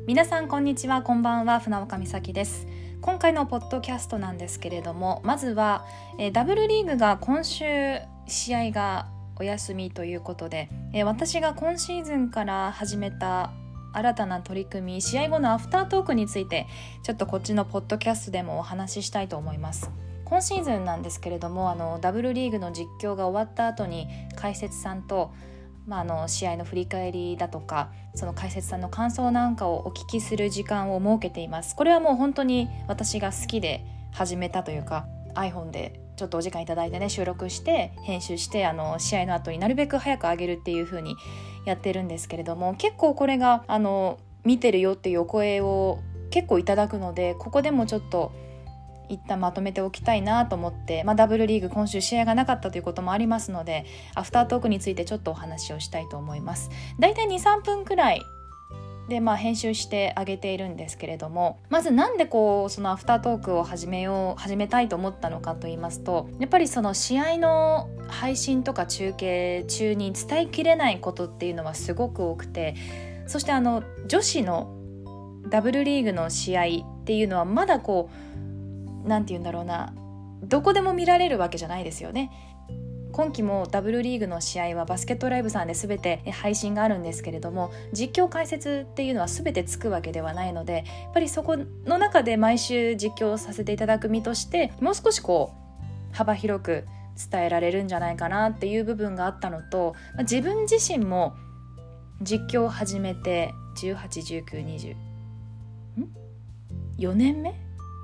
皆さんこんにちは、こんばんは。船岡美咲です。今回のポッドキャストなんですけれども、まずは、ダブルリーグが今週試合がお休みということで、私が今シーズンから始めた新たな取り組み、試合後のアフタートークについてちょっとこっちのポッドキャストでもお話ししたいと思います。今シーズンなんですけれども、ダブルリーグの実況が終わった後に解説さんと試合の振り返りだとか、その解説さんの感想なんかをお聞きする時間を設けています。これはもう本当に私が好きで始めたというか、 iPhone でちょっとお時間いただいてね、収録して編集して、試合の後になるべく早く上げるっていう風にやってるんですけれども、結構これが見てるよっていうお声を結構いただくので、ここでもちょっと一旦まとめておきたいなと思って、ダブルリーグ今週試合がなかったということもありますので、アフタートークについてちょっとお話をしたいと思います。だいたい 2,3 分くらいで編集してあげているんですけれども、まずなんでそのアフタートークを始めたいと思ったのかと言いますと、やっぱりその試合の配信とか中継中に伝えきれないことっていうのはすごく多くて、そして女子のダブルリーグの試合っていうのはまだなんて言うんだろうな、どこでも見られるわけじゃないですよね。今期もダブルリーグの試合はバスケットライブさんで全て配信があるんですけれども、実況解説っていうのは全てつくわけではないので、やっぱりそこの中で毎週実況させていただく身として、もう少し幅広く伝えられるんじゃないかなっていう部分があったのと、自分自身も実況を始めて18、19、20 4年目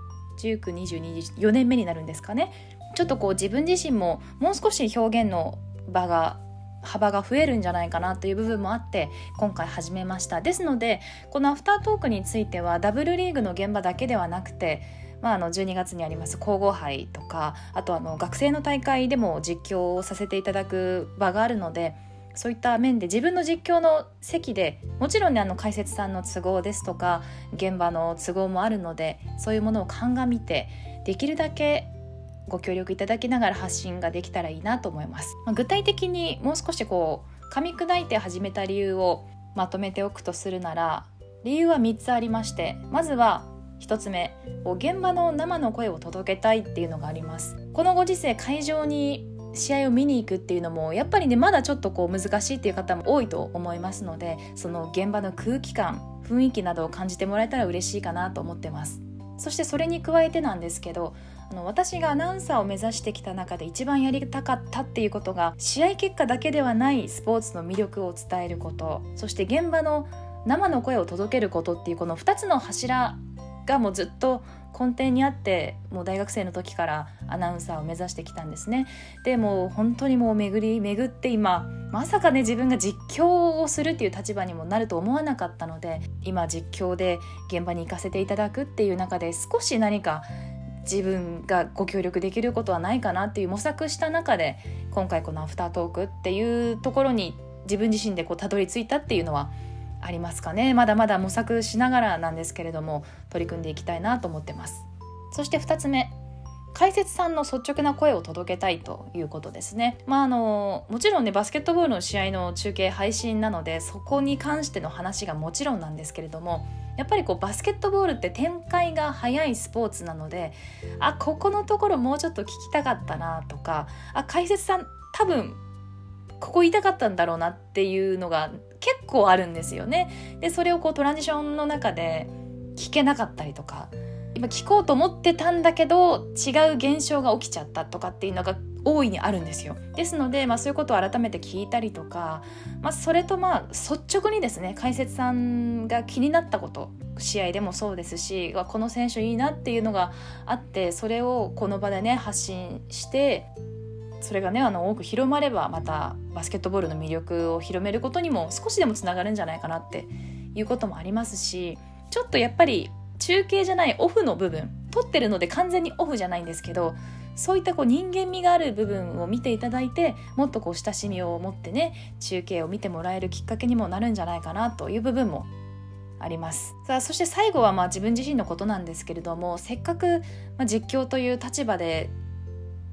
19、20、24年目になるんですかね。ちょっと自分自身ももう少し表現の幅が増えるんじゃないかなという部分もあって今回始めました。ですのでこのアフタートークについてはダブルリーグの現場だけではなくて、12月にあります皇后杯とか、あと学生の大会でも実況をさせていただく場があるので、そういった面で自分の実況の席でもちろんね、解説さんの都合ですとか現場の都合もあるので、そういうものを鑑みてできるだけご協力いただきながら発信ができたらいいなと思います。具体的にもう少し噛み砕いて始めた理由をまとめておくとするなら、理由は3つありまして、まずは1つ目、現場の生の声を届けたいっていうのがあります。このご時世、会場に試合を見に行くっていうのもやっぱりね、まだちょっと難しいっていう方も多いと思いますので、その現場の空気感、雰囲気などを感じてもらえたら嬉しいかなと思ってます。そしてそれに加えてなんですけど、私がアナウンサーを目指してきた中で一番やりたかったっていうことが、試合結果だけではないスポーツの魅力を伝えること、そして現場の生の声を届けることっていう、この2つの柱がもうずっと根底にあって、もう大学生の時からアナウンサーを目指してきたんですね。でもう本当に巡って今まさかね、自分が実況をするっていう立場にもなると思わなかったので、今実況で現場に行かせていただくっていう中で、少し何か自分がご協力できることはないかなっていう模索した中で、今回このアフタートークっていうところに自分自身でたどり着いたっていうのはありますかね。まだまだ模索しながらなんですけれども、取り組んでいきたいなと思ってます。そして2つ目、解説さんの率直な声を届けたいということですね。もちろんね、バスケットボールの試合の中継配信なので、そこに関しての話がもちろんなんですけれども、やっぱりバスケットボールって展開が早いスポーツなので、ここのところもうちょっと聞きたかったなとか、解説さん多分ここ言いたかったんだろうなっていうのが結構あるんですよね。でそれをトランジションの中で聞けなかったりとか、今聞こうと思ってたんだけど違う現象が起きちゃったとかっていうのが大いにあるんですよ。ですので、そういうことを改めて聞いたりとか、それと率直にですね、解説さんが気になったこと、試合でもそうですし、この選手いいなっていうのがあって、それをこの場でね発信して、それがね多く広まれば、またバスケットボールの魅力を広めることにも少しでもつながるんじゃないかなっていうこともありますし、ちょっとやっぱり中継じゃないオフの部分、撮ってるので完全にオフじゃないんですけど、そういった人間味がある部分を見ていただいて、もっと親しみを持ってね、中継を見てもらえるきっかけにもなるんじゃないかなという部分もあります。さあ、そして最後は自分自身のことなんですけれども、せっかく実況という立場で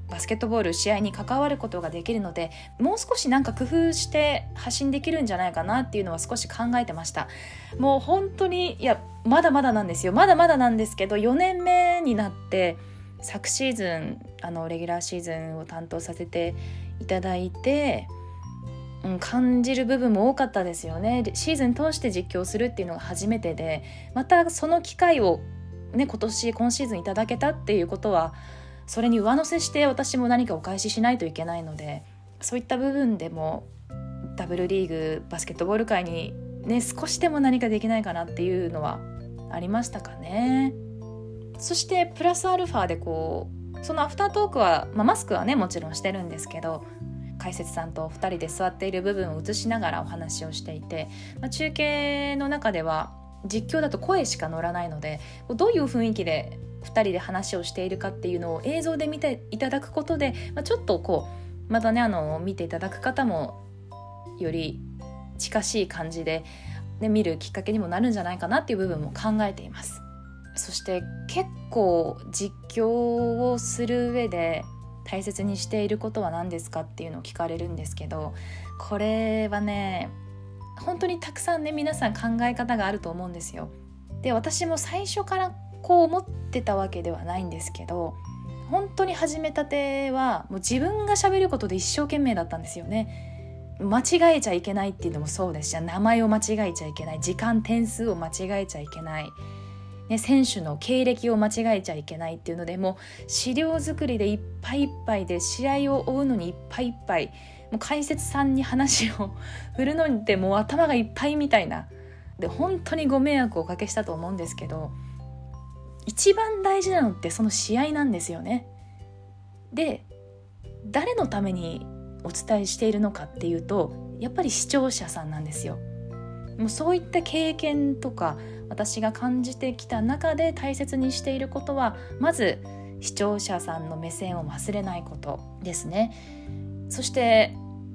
バスケットボール試合に関わることができるので、もう少しなんか工夫して発信できるんじゃないかなっていうのは少し考えてました。もう本当にまだまだなんですよ。まだまだなんですけど、4年目になって昨シーズンレギュラーシーズンを担当させていただいて、感じる部分も多かったですよね。シーズン通して実況するっていうのが初めてで、またその機会をね、今シーズンいただけたっていうことは、それに上乗せして私も何かお返ししないといけないので、そういった部分でもダブルリーグバスケットボール界にね、少しでも何かできないかなっていうのはありましたかね。そしてプラスアルファでそのアフタートークは、マスクはねもちろんしてるんですけど、解説さんと2人で座っている部分を映しながらお話をしていて、中継の中では実況だと声しか乗らないので、どういう雰囲気で2人で話をしているかっていうのを映像で見ていただくことで、ちょっとまたね見ていただく方もより近しい感じで、ね、見るきっかけにもなるんじゃないかなっていう部分も考えています。そして結構実況をする上で大切にしていることは何ですかっていうのを聞かれるんですけど、これはね本当にたくさんね皆さん考え方があると思うんですよ。で、私も最初からこう思ってたわけではないんですけど、本当に始めたてはもう自分が喋ることで一生懸命だったんですよね。間違えちゃいけないっていうのもそうですし、名前を間違えちゃいけない、時間点数を間違えちゃいけない、選手の経歴を間違えちゃいけないっていうので、もう資料作りでいっぱいいっぱいで、試合を追うのにいっぱいいっぱい、もう解説さんに話を振るのでもう頭がいっぱいみたいなで、本当にご迷惑をおかけしたと思うんですけど、一番大事なのってその試合なんですよね。で、誰のためにお伝えしているのかっていうと、やっぱり視聴者さんなんですよ。もうそういった経験とか私が感じてきた中で大切にしていることは、まず視聴者さんの目線を忘れないことですね。そして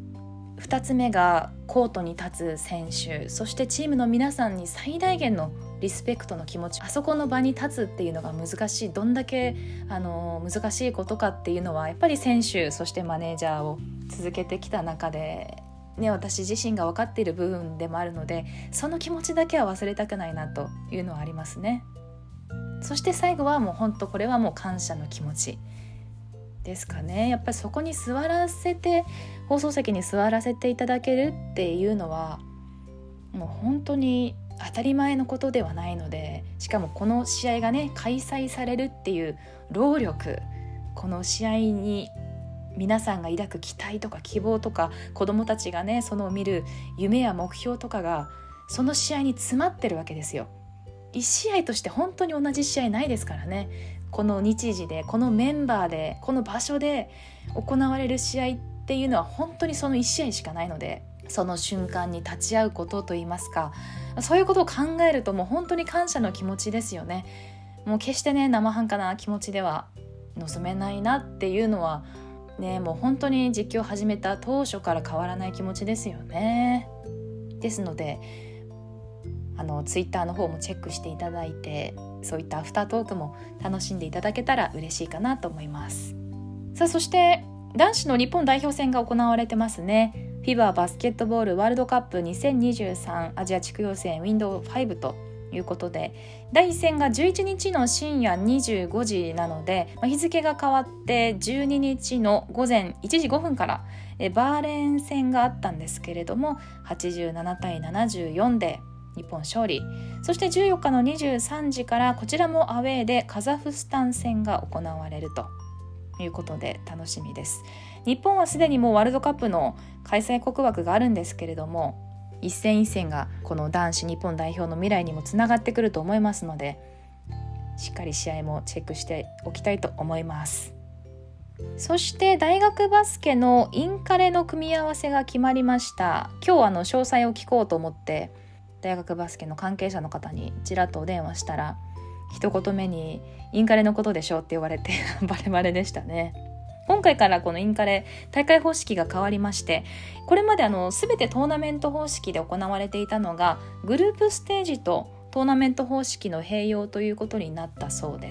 2つ目がコートに立つ選手、そしてチームの皆さんに最大限のリスペクトの気持ち、あそこの場に立つっていうのが難しい、どんだけ難しいことかっていうのはやっぱり選手、そしてマネージャーを続けてきた中で私自身が分かっている部分でもあるので、その気持ちだけは忘れたくないなというのはありますね。そして最後はもう本当これはもう感謝の気持ちですかね。やっぱりそこに座らせて、放送席に座らせていただけるっていうのはもう本当に当たり前のことではないので、しかもこの試合がね開催されるっていう労力、この試合に皆さんが抱く期待とか希望とか、子どもたちがねその見る夢や目標とかがその試合に詰まってるわけですよ。一試合として本当に同じ試合ないですからね。この日時で、このメンバーで、この場所で行われる試合っていうのは本当にその一試合しかないので、その瞬間に立ち会うことといいますか、そういうことを考えるともう本当に感謝の気持ちですよね。もう決してね生半可な気持ちでは望めないなっていうのはね、もう本当に実況を始めた当初から変わらない気持ちですよね。ですのでツイッターの方もチェックしていただいて、そういったアフタートークも楽しんでいただけたら嬉しいかなと思います。さあ、そして男子の日本代表戦が行われてますね。FIBA バスケットボールワールドカップ2023アジア地区予選ウィンドウ5ということで、第1戦が11日の深夜25時なので、日付が変わって12日の午前1時5分からバーレーン戦があったんですけれども、87対74で日本勝利。そして14日の23時からこちらもアウェーでカザフスタン戦が行われるということで楽しみです。日本はすでにもうワールドカップの開催国枠があるんですけれども、一戦一戦がこの男子日本代表の未来にもつながってくると思いますので、しっかり試合もチェックしておきたいと思います。そして大学バスケのインカレの組み合わせが決まりました。今日詳細を聞こうと思って大学バスケの関係者の方にちらっとお電話したら、一言目にインカレのことでしょって言われてバレバレでしたね。今回からこのインカレ大会方式が変わりまして、これまで全てトーナメント方式で行われていたのがグループステージとトーナメント方式の併用ということになったそうです。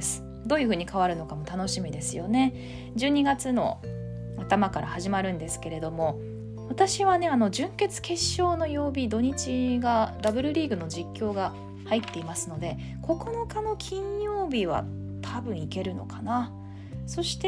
どういう風に変わるのかも楽しみですよね。12月の頭から始まるんですけれども、私はね準決決勝の曜日土日がダブルリーグの実況が入っていますので、9日の金曜日は多分いけるのかな。そして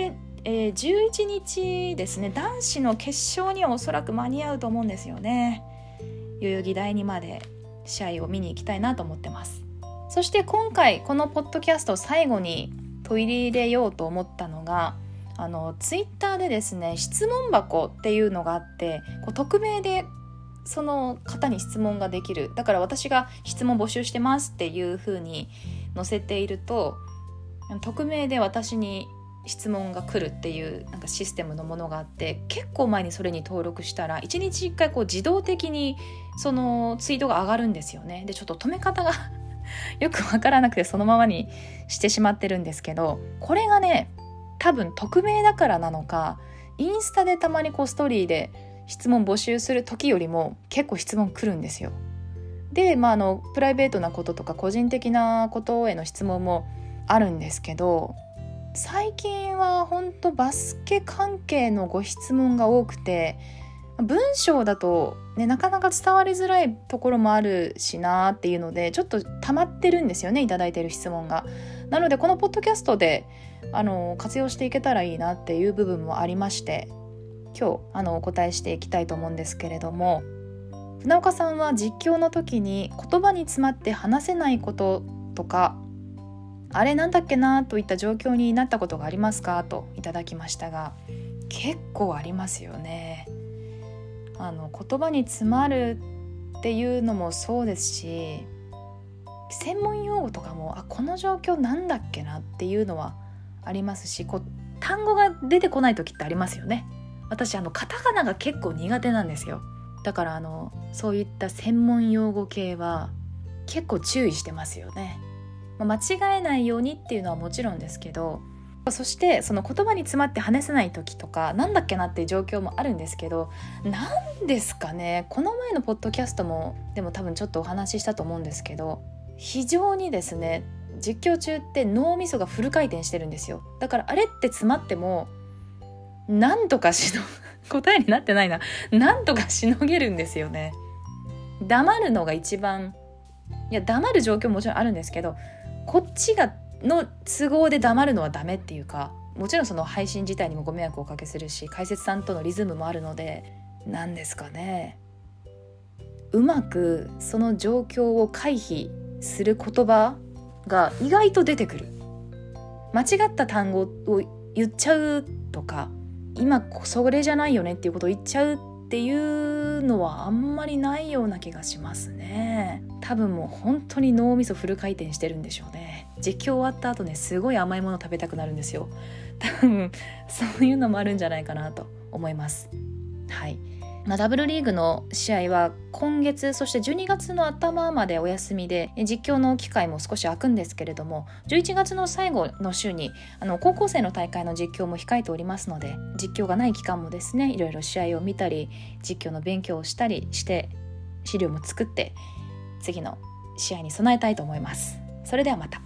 、11日ですね、男子の決勝にはおそらく間に合うと思うんですよね。代々木第2まで試合を見に行きたいなと思ってます。そして今回このポッドキャストを最後に取り入れようと思ったのが、ツイッターでですね、質問箱っていうのがあって、匿名でその方に質問ができる。だから私が質問募集してますっていう風に載せていると、匿名で私に質問が来るっていうなんかシステムのものがあって、結構前にそれに登録したら1日1回自動的にそのツイートが上がるんですよね。でちょっと止め方がよくわからなくてそのままにしてしまってるんですけど、これがね多分匿名だからなのか、インスタでたまにストーリーで質問募集する時よりも結構質問来るんですよ。で、プライベートなこととか個人的なことへの質問もあるんですけど、最近は本当バスケ関係のご質問が多くて、文章だと、ね、なかなか伝わりづらいところもあるしなっていうので、ちょっと溜まってるんですよね、いただいている質問が。なのでこのポッドキャストで活用していけたらいいなっていう部分もありまして、今日お答えしていきたいと思うんですけれども、船岡さんは実況の時に言葉に詰まって話せないこととか、あれなんだっけなといった状況になったことがありますかといただきましたが、結構ありますよね。言葉に詰まるっていうのもそうですし、専門用語とかもこの状況なんだっけなっていうのはありますし、単語が出てこない時ってありますよね。私カタカナが結構苦手なんですよ。だからそういった専門用語系は結構注意してますよね。間違えないようにっていうのはもちろんですけど、そしてその言葉に詰まって話せない時とかなんだっけなっていう状況もあるんですけど、なんですかね、この前のポッドキャストもでも多分ちょっとお話ししたと思うんですけど、非常にですね実況中って脳みそがフル回転してるんですよ。だからあれって詰まってもなんとか答えになってないな、なんとかしのげるんですよね。黙るのが一番、黙る状況ももちろんあるんですけど、こっちがの都合で黙るのはダメっていうか、もちろんその配信自体にもご迷惑をおかけするし、解説さんとのリズムもあるので、なんですかね、うまくその状況を回避する言葉が意外と出てくる。間違った単語を言っちゃうとか、今それじゃないよねっていうことを言っちゃうっていうのはあんまりないような気がしますね。多分もう本当に脳みそフル回転してるんでしょうね。実況終わった後ね、すごい甘いもの食べたくなるんですよ。多分そういうのもあるんじゃないかなと思います。はい。ダブルリーグの試合は今月、そして12月の頭までお休みで、実況の機会も少し空くんですけれども、11月の最後の週に高校生の大会の実況も控えておりますので、実況がない期間もですね、いろいろ試合を見たり実況の勉強をしたりして資料も作って次の試合に備えたいと思います。それではまた。